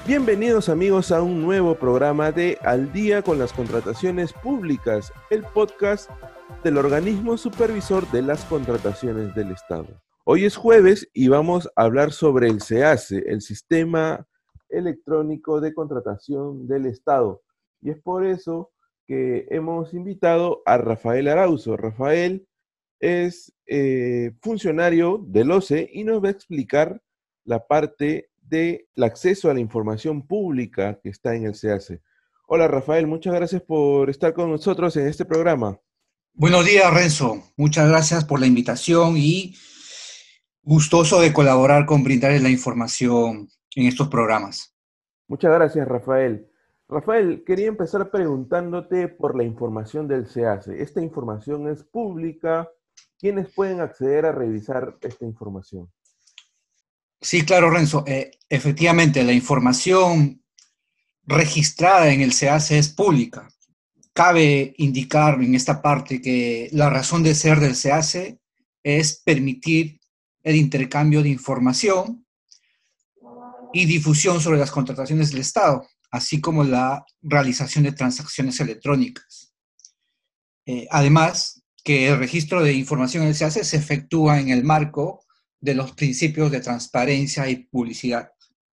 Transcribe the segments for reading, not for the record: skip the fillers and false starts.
Bienvenidos amigos a un nuevo programa de Al día con las contrataciones públicas, el podcast del organismo supervisor de las contrataciones del Estado. Hoy es jueves y vamos a hablar sobre el SEACE, el Sistema Electrónico de Contratación del Estado. Y es por eso que hemos invitado a Rafael Arauzo. Rafael es funcionario del OCE y nos va a explicar la parte del acceso a la información pública que está en el SEACE. Hola Rafael, muchas gracias por estar con nosotros en este programa. Buenos días, Renzo. Muchas gracias por la invitación y gustoso de colaborar con brindarles la información en estos programas. Muchas gracias Rafael. Rafael, quería empezar preguntándote por la información del SEACE. ¿Esta información es pública? ¿Quiénes pueden acceder a revisar esta información? Sí, claro, Renzo. Efectivamente, la información registrada en el SEACE es pública. Cabe indicar en esta parte que la razón de ser del SEACE es permitir el intercambio de información y difusión sobre las contrataciones del Estado, así como la realización de transacciones electrónicas. Además, que el registro de información en el SEACE se efectúa en el marco de los principios de transparencia y publicidad.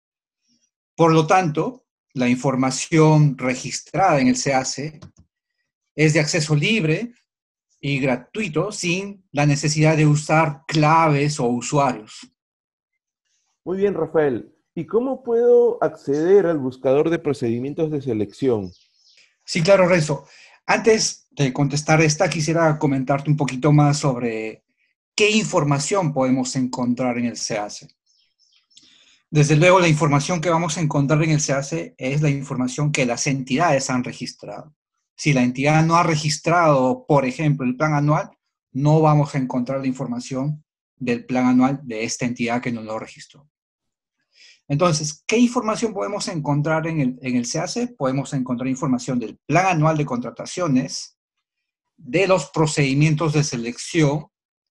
Por lo tanto, la información registrada en el SEACE es de acceso libre y gratuito sin la necesidad de usar claves o usuarios. Muy bien, Rafael. ¿Y cómo puedo acceder al buscador de procedimientos de selección? Sí, claro, Renzo. Antes de contestar esta, quisiera comentarte un poquito más sobre qué información podemos encontrar en el SEACE. Desde luego, la información que vamos a encontrar en el SEACE es la información que las entidades han registrado. Si la entidad no ha registrado, por ejemplo, el plan anual, no vamos a encontrar la información del plan anual de esta entidad que no lo registró. Entonces, ¿qué información podemos encontrar en el SEACE? Podemos encontrar información del plan anual de contrataciones, de los procedimientos de selección,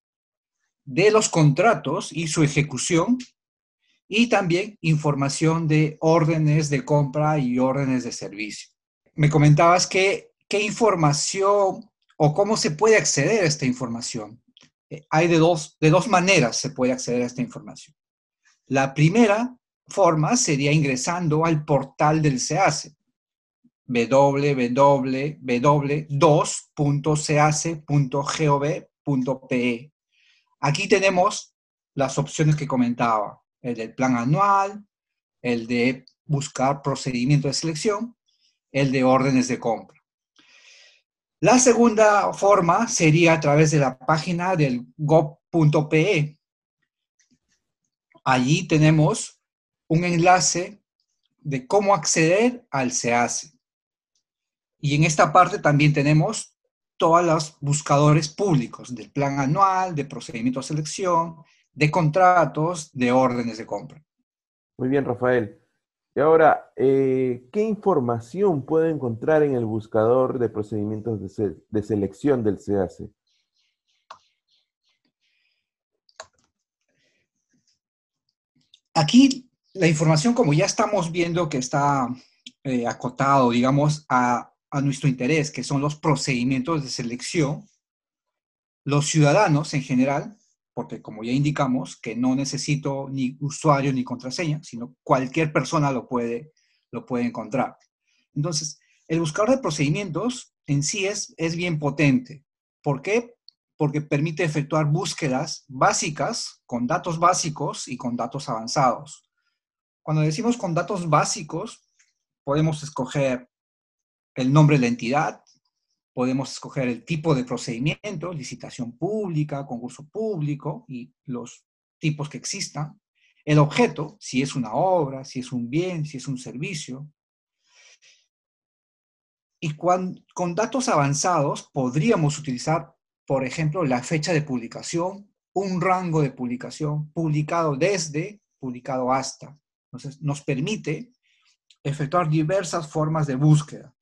de los contratos y su ejecución, y también información de órdenes de compra y órdenes de servicio. Me comentabas que qué información o cómo se puede acceder a esta información. Hay de dos maneras se puede acceder a esta información. La primera forma sería ingresando al portal del SEACE, www.2.seace.gov.pe. Aquí tenemos las opciones que comentaba, el del plan anual, el de buscar procedimiento de selección, el de órdenes de compra. La segunda forma sería a través de la página del gov.pe. Allí tenemos un enlace de cómo acceder al SEACE. Y en esta parte también tenemos todos los buscadores públicos del plan anual, de procedimiento de selección, de contratos, de órdenes de compra. Muy bien, Rafael. Y ahora, ¿qué información puedo encontrar en el buscador de procedimientos de selección del SEACE? Aquí la información, como ya estamos viendo que está acotado, digamos, a nuestro interés, que son los procedimientos de selección, los ciudadanos en general, porque como ya indicamos, que no necesito ni usuario ni contraseña, sino cualquier persona lo puede encontrar. Entonces, el buscador de procedimientos en sí es bien potente. ¿Por qué? Porque permite efectuar búsquedas básicas con datos básicos y con datos avanzados. Cuando decimos con datos básicos, podemos escoger el nombre de la entidad, podemos escoger el tipo de procedimiento, licitación pública, concurso público y los tipos que existan, el objeto, si es una obra, si es un bien, si es un servicio. Y con datos avanzados podríamos utilizar, por ejemplo, la fecha de publicación, un rango de publicación, publicado desde, publicado hasta. Entonces, nos permite efectuar diversas formas de búsqueda.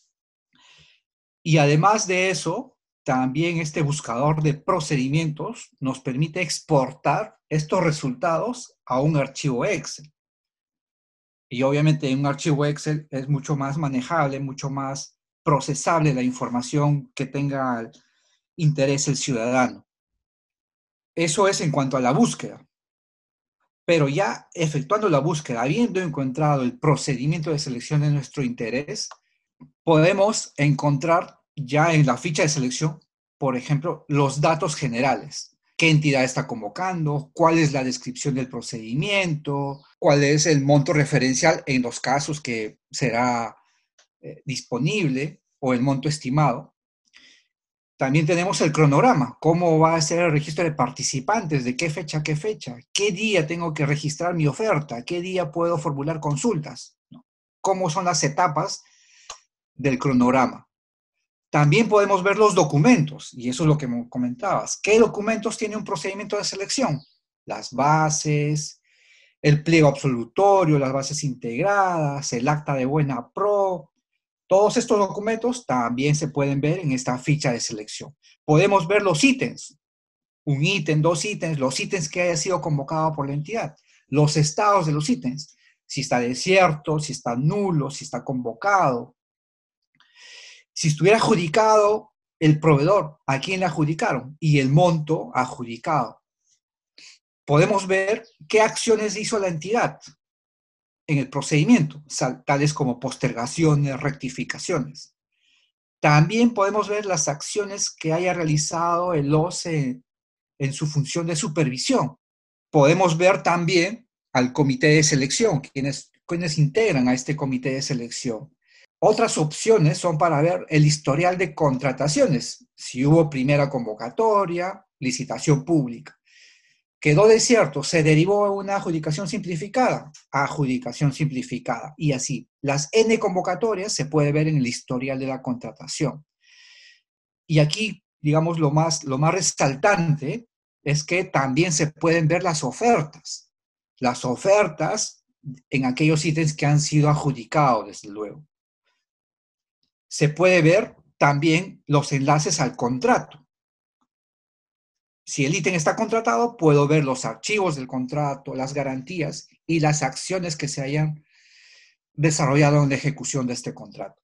Y además de eso, también este buscador de procedimientos nos permite exportar estos resultados a un archivo Excel. Y obviamente en un archivo Excel es mucho más manejable, mucho más procesable la información que tenga interés el ciudadano. Eso es en cuanto a la búsqueda. Pero ya efectuando la búsqueda, habiendo encontrado el procedimiento de selección de nuestro interés, podemos encontrar ya en la ficha de selección, por ejemplo, los datos generales. ¿Qué entidad está convocando? ¿Cuál es la descripción del procedimiento? ¿Cuál es el monto referencial en los casos que será disponible o el monto estimado? También tenemos el cronograma, cómo va a ser el registro de participantes, de qué fecha a qué fecha, qué día tengo que registrar mi oferta, qué día puedo formular consultas, ¿no? Cómo son las etapas del cronograma. También podemos ver los documentos, y eso es lo que me comentabas. ¿Qué documentos tiene un procedimiento de selección? Las bases, el pliego absolutorio, las bases integradas, el acta de buena pro. Todos estos documentos también se pueden ver en esta ficha de selección. Podemos ver los ítems, un ítem, dos ítems, los ítems que haya sido convocado por la entidad, los estados de los ítems, si está desierto, si está nulo, si está convocado. Si estuviera adjudicado el proveedor, a quién le adjudicaron y el monto adjudicado. Podemos ver qué acciones hizo la entidad en el procedimiento, tales como postergaciones, rectificaciones. También podemos ver las acciones que haya realizado el OCE en su función de supervisión. Podemos ver también al comité de selección, quienes integran a este comité de selección. Otras opciones son para ver el historial de contrataciones, si hubo primera convocatoria, licitación pública. Quedó desierto, se derivó a una adjudicación simplificada, y así. Las N convocatorias se puede ver en el historial de la contratación. Y aquí, digamos, lo más resaltante es que también se pueden ver las ofertas. Las ofertas en aquellos ítems que han sido adjudicados, desde luego. Se puede ver también los enlaces al contrato. Si el ítem está contratado, puedo ver los archivos del contrato, las garantías y las acciones que se hayan desarrollado en la ejecución de este contrato.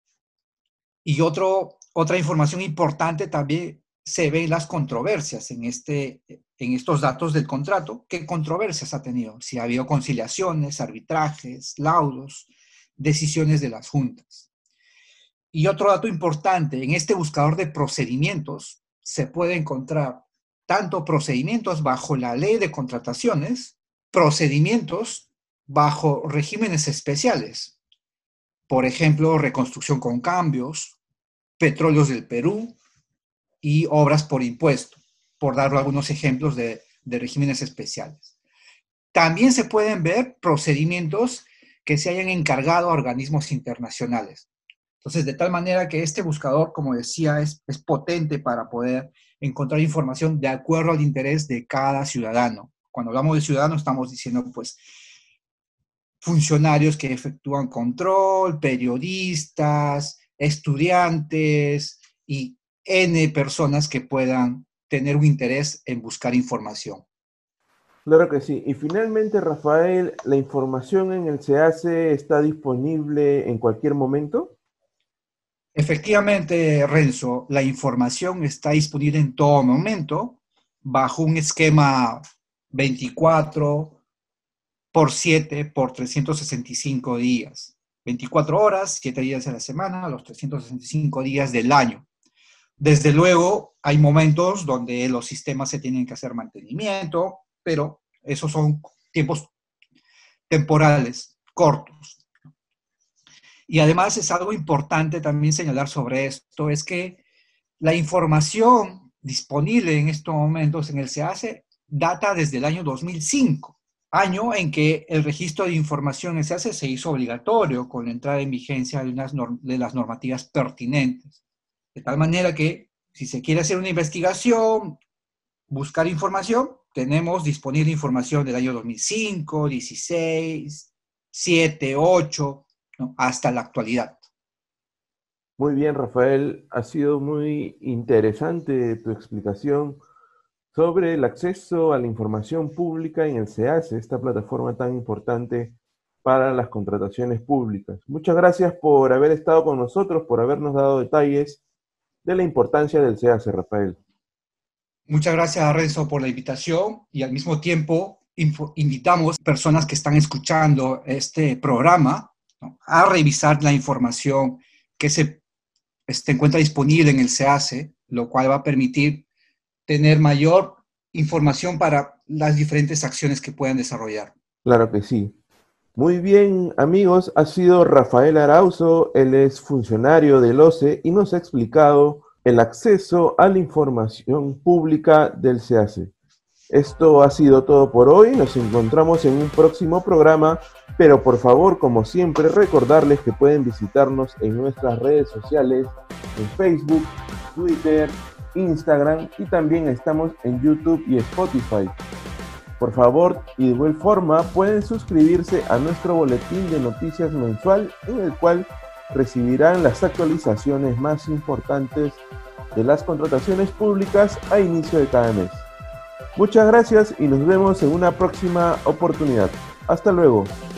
Y otra información importante también se ven las controversias en estos datos del contrato. ¿Qué controversias ha tenido? Si ha habido conciliaciones, arbitrajes, laudos, decisiones de las juntas. Y otro dato importante, en este buscador de procedimientos se puede encontrar tanto procedimientos bajo la ley de contrataciones, procedimientos bajo regímenes especiales, por ejemplo, reconstrucción con cambios, petróleos del Perú y obras por impuesto, por dar algunos ejemplos de regímenes especiales. También se pueden ver procedimientos que se hayan encargado a organismos internacionales. Entonces, de tal manera que este buscador, como decía, es potente para poder encontrar información de acuerdo al interés de cada ciudadano. Cuando hablamos de ciudadanos, estamos diciendo, pues, funcionarios que efectúan control, periodistas, estudiantes y N personas que puedan tener un interés en buscar información. Claro que sí. Y finalmente, Rafael, ¿la información en el SEACE está disponible en cualquier momento? Efectivamente, Renzo, la información está disponible en todo momento bajo un esquema 24 por 7 por 365 días. 24 horas, 7 días de la semana, los 365 días del año. Desde luego, hay momentos donde los sistemas se tienen que hacer mantenimiento, pero esos son tiempos temporales, cortos. Y además es algo importante también señalar sobre esto, es que la información disponible en estos momentos en el SEACE data desde el año 2005, año en que el registro de información en el SEACE se hizo obligatorio con la entrada en vigencia de las normativas pertinentes. De tal manera que si se quiere hacer una investigación, buscar información, tenemos disponible información del año 2005, 16, 7, 8, ¿no? Hasta la actualidad. Muy bien, Rafael. Ha sido muy interesante tu explicación sobre el acceso a la información pública en el SEACE, esta plataforma tan importante para las contrataciones públicas. Muchas gracias por haber estado con nosotros, por habernos dado detalles de la importancia del SEACE, Rafael. Muchas gracias, Renzo, por la invitación y al mismo tiempo invitamos a personas que están escuchando este programa, ¿no?, a revisar la información que se encuentra disponible en el SEACE, lo cual va a permitir tener mayor información para las diferentes acciones que puedan desarrollar. Claro que sí. Muy bien, amigos, ha sido Rafael Arauzo, él es funcionario del OCE y nos ha explicado el acceso a la información pública del SEACE. Esto ha sido todo por hoy, nos encontramos en un próximo programa, pero por favor, como siempre, recordarles que pueden visitarnos en nuestras redes sociales, en Facebook, Twitter, Instagram y también estamos en YouTube y Spotify. Por favor, y de igual forma, pueden suscribirse a nuestro boletín de noticias mensual en el cual recibirán las actualizaciones más importantes de las contrataciones públicas a inicio de cada mes. Muchas gracias y nos vemos en una próxima oportunidad. Hasta luego.